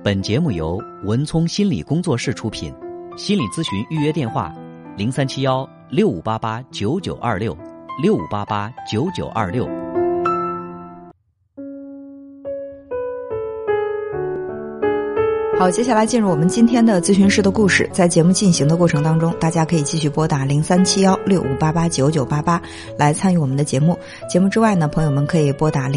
本节目由文聪心理工作室出品，心理咨询预约电话0371-6588-9926，6588-9926。 好，接下来进入我们今天的咨询师的故事。在节目进行的过程当中，大家可以继续拨打0371-6588-9988来参与我们的节目。节目之外呢，朋友们可以拨打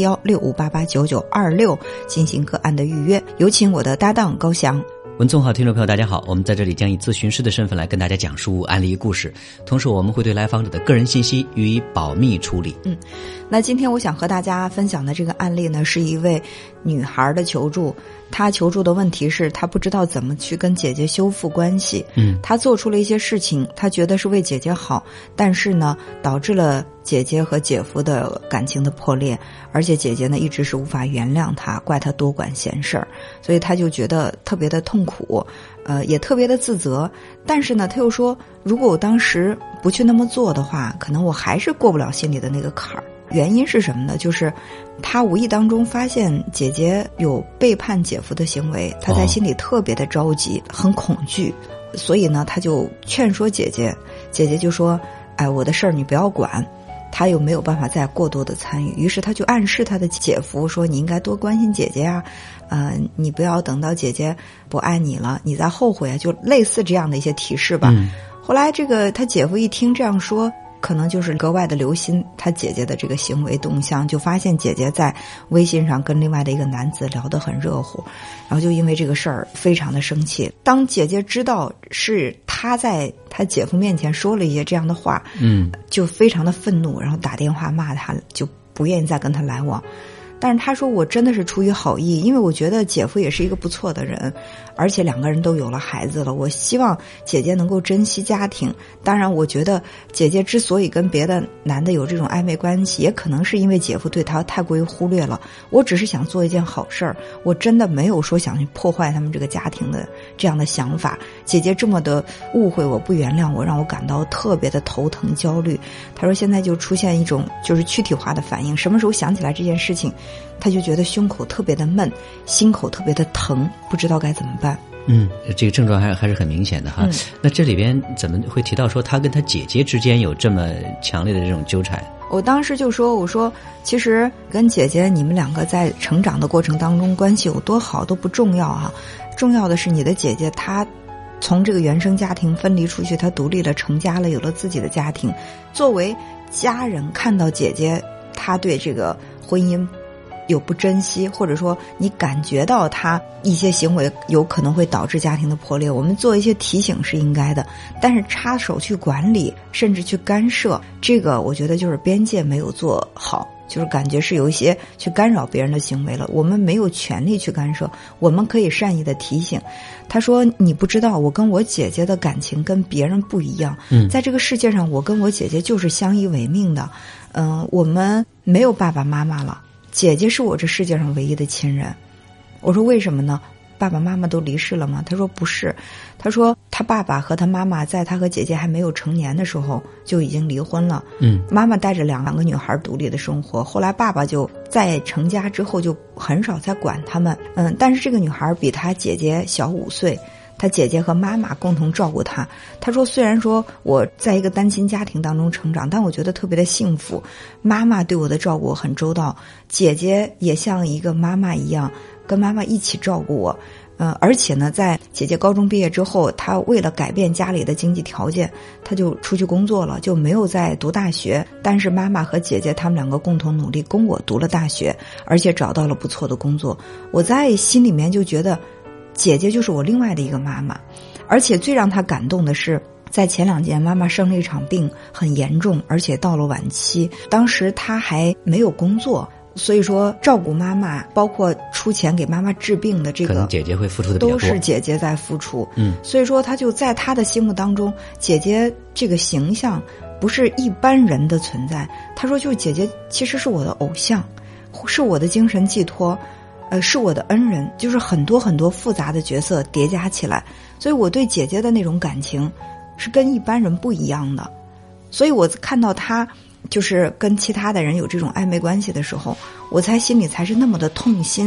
0371-6588-9926进行个案的预约。有请我的搭档高翔。 文聪好，听众朋友大家好，我们在这里将以咨询师的身份来跟大家讲述案例故事，同时我们会对来访者的个人信息予以保密处理。 那今天我想和大家分享的这个案例呢，是一位女孩的求助。她求助的问题是她不知道怎么去跟姐姐修复关系。她做出了一些事情，她觉得是为姐姐好，但是呢导致了姐姐和姐夫的感情的破裂，而且姐姐呢一直是无法原谅她，怪她多管闲事儿，所以她就觉得特别的痛苦，也特别的自责。但是呢她又说，如果我当时不去那么做的话，可能我还是过不了心里的那个坎儿。原因是什么呢？就是他无意当中发现姐姐有背叛姐夫的行为，他在心里特别的着急，很恐惧，所以呢他就劝说姐姐，姐姐就说，哎，我的事儿你不要管，他又没有办法再过多的参与，于是他就暗示他的姐夫说，你应该多关心姐姐啊，你不要等到姐姐不爱你了你再后悔啊，就类似这样的一些提示吧。后来这个他姐夫一听这样说，可能就是格外的留心他姐姐的这个行为动向，就发现姐姐在微信上跟另外的一个男子聊得很热乎，然后就因为这个事儿非常的生气。当姐姐知道是他在他姐夫面前说了一些这样的话，就非常的愤怒，然后打电话骂他，就不愿意再跟他来往。但是他说，我真的是出于好意，因为我觉得姐夫也是一个不错的人，而且两个人都有了孩子了，我希望姐姐能够珍惜家庭。当然我觉得姐姐之所以跟别的男的有这种暧昧关系，也可能是因为姐夫对她太过于忽略了，我只是想做一件好事儿，我真的没有说想去破坏他们这个家庭的这样的想法。姐姐这么的误会我，不原谅我，让我感到特别的头疼焦虑。他说现在就出现一种就是躯体化的反应，什么时候想起来这件事情，他就觉得胸口特别的闷，心口特别的疼，不知道该怎么办。 这个症状还是很明显的哈。那这里边怎么会提到说他跟他姐姐之间有这么强烈的这种纠缠？ 我当时就说，我说其实跟姐姐你们两个在成长的过程当中关系有多好都不重要啊，重要的是你的姐姐她从这个原生家庭分离出去，她独立了，成家了，有了自己的家庭。作为家人看到姐姐她对这个婚姻有不珍惜，或者说你感觉到他一些行为有可能会导致家庭的破裂，我们做一些提醒是应该的，但是插手去管理甚至去干涉，这个我觉得就是边界没有做好，就是感觉是有一些去干扰别人的行为了，我们没有权利去干涉，我们可以善意的提醒。他说你不知道我跟我姐姐的感情跟别人不一样，在这个世界上我跟我姐姐就是相依为命的，我们没有爸爸妈妈了，姐姐是我这世界上唯一的亲人。我说为什么呢？爸爸妈妈都离世了吗？他说不是，他说他爸爸和他妈妈在他和姐姐还没有成年的时候就已经离婚了。妈妈带着两个女孩独立的生活，后来爸爸就在成家之后就很少再管他们。但是这个女孩比他姐姐小5岁，他姐姐和妈妈共同照顾他。他说虽然说我在一个单亲家庭当中成长，但我觉得特别的幸福，妈妈对我的照顾很周到，姐姐也像一个妈妈一样跟妈妈一起照顾我。而且呢在姐姐高中毕业之后，她为了改变家里的经济条件，她就出去工作了，就没有再读大学。但是妈妈和姐姐他们两个共同努力供我读了大学，而且找到了不错的工作。我在心里面就觉得姐姐就是我另外的一个妈妈。而且最让她感动的是，在前2年妈妈生了一场病，很严重，而且到了晚期，当时她还没有工作，所以说照顾妈妈包括出钱给妈妈治病的这个可能姐姐会付出的比较多， 都是姐姐在付出。所以说她就在她的心目当中，姐姐这个形象不是一般人的存在。她说就是姐姐其实是我的偶像，是我的精神寄托，是我的恩人，就是很多很多复杂的角色叠加起来，所以我对姐姐的那种感情是跟一般人不一样的。所以我看到她就是跟其他的人有这种暧昧关系的时候，我心里才是那么的痛心，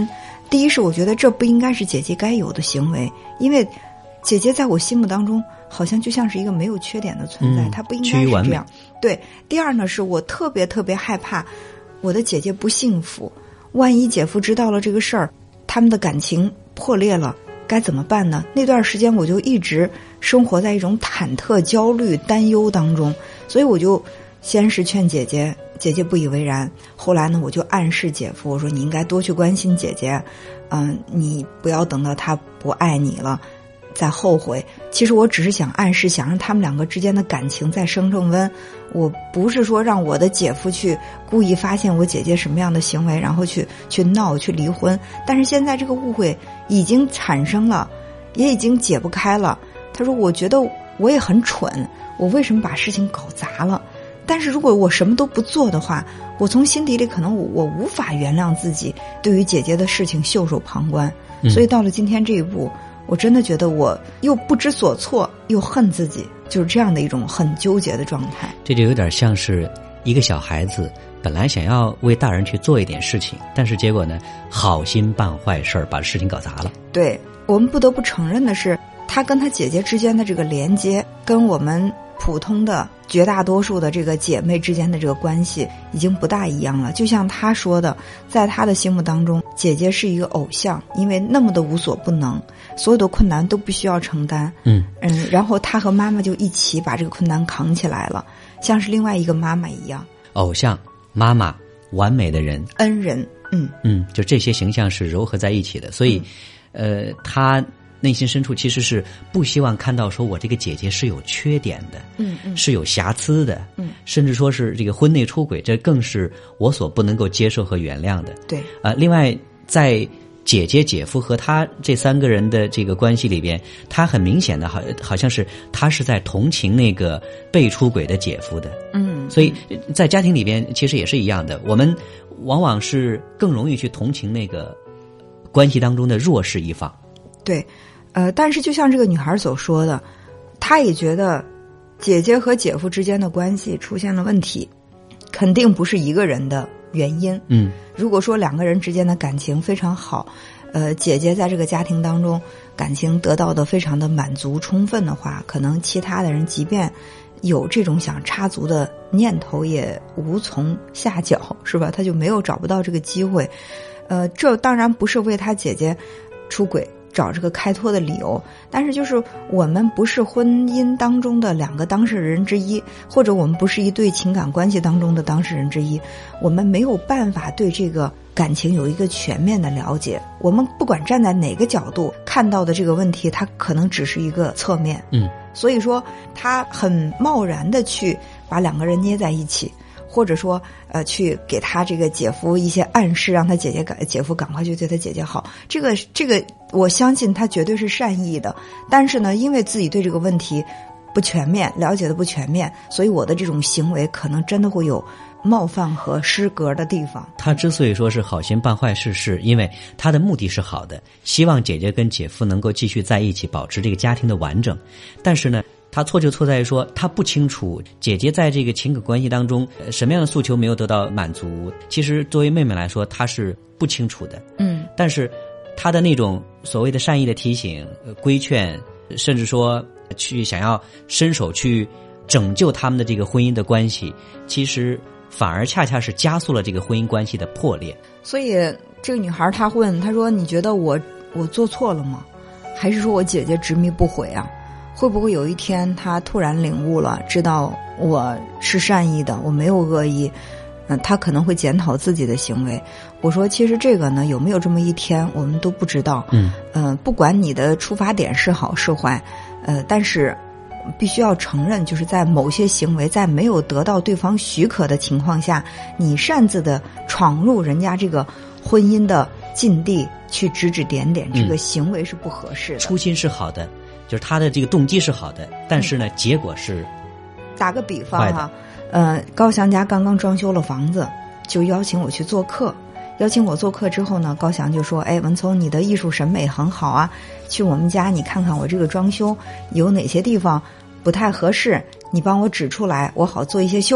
第一是我觉得这不应该是姐姐该有的行为，因为姐姐在我心目当中好像就像是一个没有缺点的存在，她不应该是这样。对，第二呢是我特别特别害怕我的姐姐不幸福，万一姐夫知道了这个事儿，他们的感情破裂了该怎么办呢？那段时间我就一直生活在一种忐忑、焦虑、担忧当中，所以我就先是劝姐姐，姐姐不以为然。后来呢，我就暗示姐夫，我说你应该多去关心姐姐，你不要等到她不爱你了再后悔。其实我只是想暗示，想让他们两个之间的感情再升温。我不是说让我的姐夫去故意发现我姐姐什么样的行为，然后去闹去离婚。但是现在这个误会已经产生了，也已经解不开了。他说我觉得我也很蠢，我为什么把事情搞砸了？但是如果我什么都不做的话，我从心底里可能我无法原谅自己对于姐姐的事情袖手旁观。所以到了今天这一步，我真的觉得我又不知所措，又恨自己，就是这样的一种很纠结的状态。 这就有点像是一个小孩子本来想要为大人去做一点事情，但是结果呢，好心办坏事，把事情搞砸了。 对，我们不得不承认的是，他跟他姐姐之间的这个连接，跟我们普通的绝大多数的这个姐妹之间的这个关系已经不大一样了。就像他说的，在他的心目当中，姐姐是一个偶像，因为那么的无所不能，所有的困难都不需要承担。然后他和妈妈就一起把这个困难扛起来了，像是另外一个妈妈一样。 偶像、妈妈、完美的人、 恩人， 就这些形象是糅合在一起的。所以，他内心深处其实是不希望看到说我这个姐姐是有缺点的，是有瑕疵的，甚至说是这个婚内出轨，这更是我所不能够接受和原谅的。 对， 另外在姐姐、姐夫和他这三个人的这个关系里边，他很明显的好像是他是在同情那个被出轨的姐夫的。所以在家庭里边其实也是一样的，我们往往是更容易去同情那个关系当中的弱势一方。 对，但是就像这个女孩所说的，她也觉得姐姐和姐夫之间的关系出现了问题，肯定不是一个人的原因。如果说两个人之间的感情非常好，姐姐在这个家庭当中感情得到的非常的满足充分的话，可能其他的人即便有这种想插足的念头也无从下脚，是吧？他就找不到这个机会。这当然不是为他姐姐出轨找这个开脱的理由，但是就是我们不是婚姻当中的两个当事人之一，或者我们不是一对情感关系当中的当事人之一，我们没有办法对这个感情有一个全面的了解。我们不管站在哪个角度看到的这个问题，它可能只是一个侧面。所以说他很贸然的去把两个人捏在一起，或者说去给他这个姐夫一些暗示，让他姐夫赶快去对他姐姐好。这个我相信他绝对是善意的，但是呢，因为自己对这个问题不全面，了解的不全面，所以我的这种行为可能真的会有冒犯和失格的地方。 他之所以说是好心办坏事，是因为他的目的是好的，希望姐姐跟姐夫能够继续在一起，保持这个家庭的完整。但是呢，他错就错在说他不清楚姐姐在这个情感关系当中什么样的诉求没有得到满足。其实作为妹妹来说，她是不清楚的。但是她的那种所谓的善意的提醒、规劝，甚至说去想要伸手去拯救他们的这个婚姻的关系，其实反而恰恰是加速了这个婚姻关系的破裂。 所以这个女孩她问，她说：“你觉得我做错了吗？还是说我姐姐执迷不悔啊？会不会有一天她突然领悟了，知道我是善意的，我没有恶意？她可能会检讨自己的行为。”我说其实这个呢，有没有这么一天我们都不知道。不管你的出发点是好是坏，但是必须要承认，就是在某些行为在没有得到对方许可的情况下，你擅自的闯入人家这个婚姻的禁地去指指点点，这个行为是不合适的。 初心是好的，就是他的这个动机是好的，但是呢，结果是打个比方哈，高翔家刚刚装修了房子，就邀请我去做客。邀请我做客之后呢，高翔就说：“哎，文聪，你的艺术审美很好啊，去我们家你看看我这个装修有哪些地方不太合适，你帮我指出来，我好做一些修改。”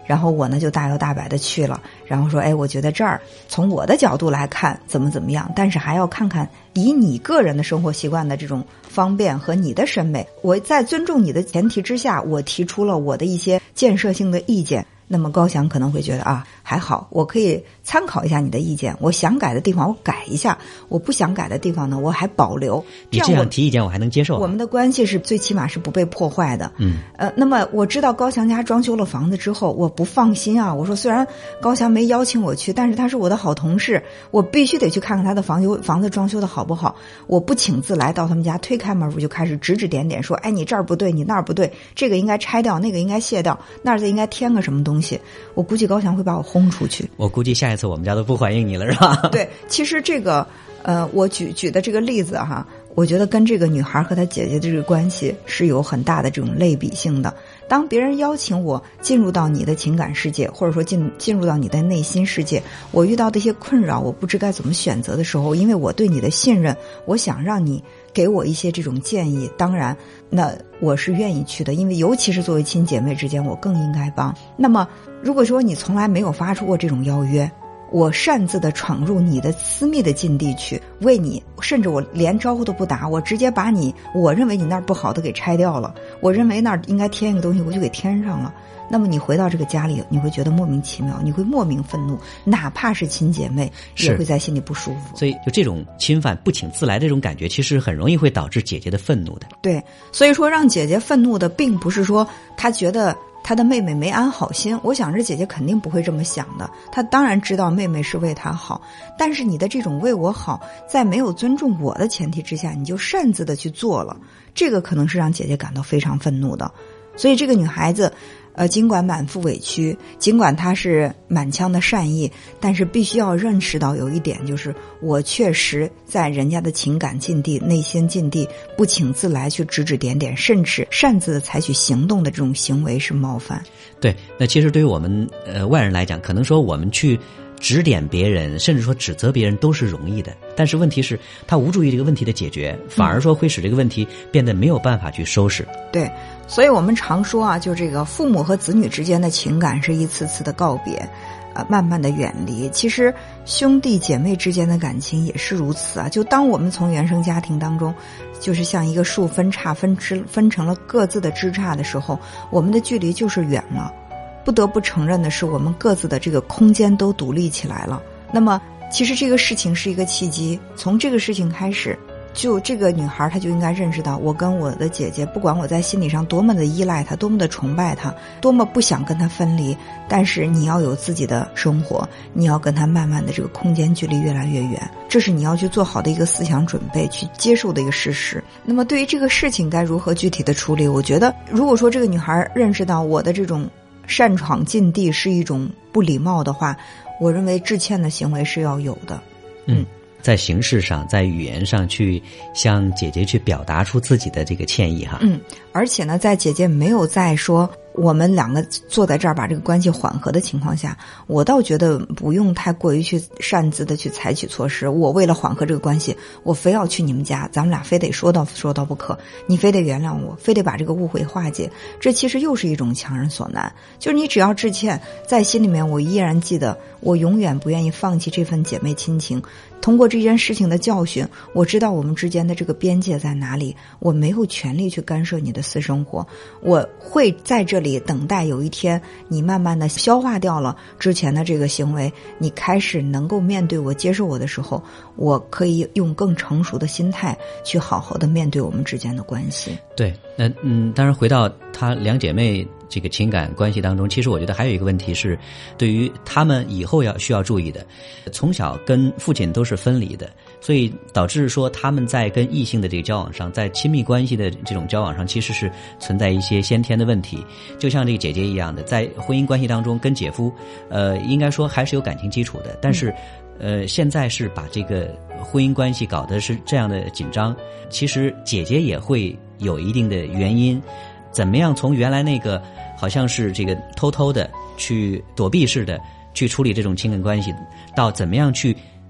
然后我呢就大摇大摆的去了，然后说我觉得这儿从我的角度来看怎么样，但是还要看看以你个人的生活习惯的这种方便和你的审美，我在尊重你的前提之下，我提出了我的一些建设性的意见。那么高翔可能会觉得还好，我可以参考一下你的意见，我想改的地方我改一下，我不想改的地方呢我还保留。 你这样提意见我还能接受。 我们的关系是最起码是不被破坏的。那么我知道高翔家装修了房子之后，我不放心我说虽然高翔没邀请我去，但是他是我的好同事，我必须得去看看他的房子装修的好不好。我不请自来到他们家，推开门我就开始指指点点说你这儿不对，你那儿不对，这个应该拆掉，那个应该卸掉，那儿再应该添个什么东西。我估计高翔会把我轰出去。 我估计下一次我们家都不欢迎你了，是吧？ 对，其实这个我举的这个例子我觉得跟这个女孩和她姐姐的这个关系是有很大的这种类比性的。当别人邀请我进入到你的情感世界，或者说进入到你的内心世界，我遇到的一些困扰，我不知该怎么选择的时候，因为我对你的信任，我想让你给我一些这种建议，当然那我是愿意去的，因为尤其是作为亲姐妹之间，我更应该帮。那么如果说你从来没有发出过这种邀约，我擅自的闯入你的私密的禁地去，为你，甚至我连招呼都不打，我直接把我认为你那儿不好的给拆掉了，我认为那儿应该添一个东西我就给添上了。那么你回到这个家里，你会觉得莫名其妙，你会莫名愤怒，哪怕是亲姐妹也会在心里不舒服。 所以就这种侵犯不请自来的这种感觉，其实很容易会导致姐姐的愤怒的。 对，所以说让姐姐愤怒的并不是说她觉得她的妹妹没安好心，我想这姐姐肯定不会这么想的，她当然知道妹妹是为她好，但是你的这种为我好，在没有尊重我的前提之下，你就擅自的去做了，这个可能是让姐姐感到非常愤怒的。所以这个女孩子尽管满腹委屈，尽管她是满腔的善意，但是必须要认识到有一点，就是我确实在人家的情感禁地、内心禁地不请自来去指指点点，甚至擅自的采取行动的这种行为是冒犯。 对，那其实对于我们外人来讲，可能说我们去指点别人，甚至说指责别人都是容易的，但是问题是他无助于这个问题的解决，反而说会使这个问题变得没有办法去收拾。 对，所以我们常说就这个父母和子女之间的情感是一次次的告别，慢慢的远离。其实兄弟姐妹之间的感情也是如此就当我们从原生家庭当中就是像一个树分叉分成了各自的枝杈的时候，我们的距离就是远了。不得不承认的是，我们各自的这个空间都独立起来了。那么其实这个事情是一个契机，从这个事情开始，就这个女孩她就应该认识到，我跟我的姐姐，不管我在心理上多么的依赖她，多么的崇拜她，多么不想跟她分离，但是你要有自己的生活，你要跟她慢慢的这个空间距离越来越远，这是你要去做好的一个思想准备，去接受的一个事实。那么对于这个事情该如何具体的处理，我觉得如果说这个女孩认识到我的这种擅闯禁地是一种不礼貌的话，我认为致歉的行为是要有的。 在形式上，在语言上去向姐姐去表达出自己的这个歉意哈。 而且呢，在姐姐没有在说我们两个坐在这儿把这个关系缓和的情况下，我倒觉得不用太过于去擅自的去采取措施。我为了缓和这个关系，我非要去你们家，咱们俩非得说到不可，你非得原谅我，非得把这个误会化解，这其实又是一种强人所难。就是你只要致歉，在心里面我依然记得，我永远不愿意放弃这份姐妹亲情。通过这件事情的教训，我知道我们之间的这个边界在哪里，我没有权利去干涉你的私生活，我会在这里等待有一天你慢慢的消化掉了之前的这个行为，你开始能够面对我、接受我的时候，我可以用更成熟的心态去好好的面对我们之间的关系。 对，那当然回到她两姐妹这个情感关系当中，其实我觉得还有一个问题是，对于他们以后需要注意的，从小跟父亲都是分离的，所以导致说他们在跟异性的这个交往上，在亲密关系的这种交往上，其实是存在一些先天的问题。就像这个姐姐一样的，在婚姻关系当中跟姐夫应该说还是有感情基础的，但是现在是把这个婚姻关系搞得是这样的紧张，其实姐姐也会有一定的原因。怎么样从原来那个好像是这个偷偷的去躲避式的去处理这种情感关系，到怎么样去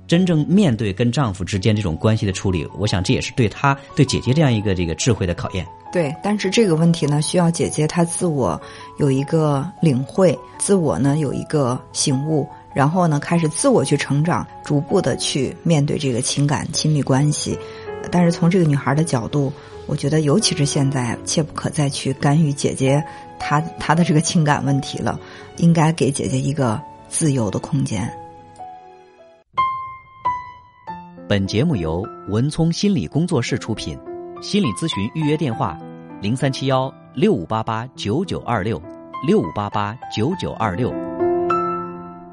真正面对跟丈夫之间这种关系的处理，我想这也是对姐姐这样一个这个智慧的考验。 对，但是这个问题呢，需要姐姐她自我有一个领会，自我呢有一个醒悟，然后呢开始自我去成长，逐步的去面对这个情感亲密关系。但是从这个女孩的角度，我觉得尤其是现在，切不可再去干预姐姐她的这个情感问题了，应该给姐姐一个自由的空间。 本节目由文聪心理工作室出品，心理咨询预约电话：037165889926，65889926。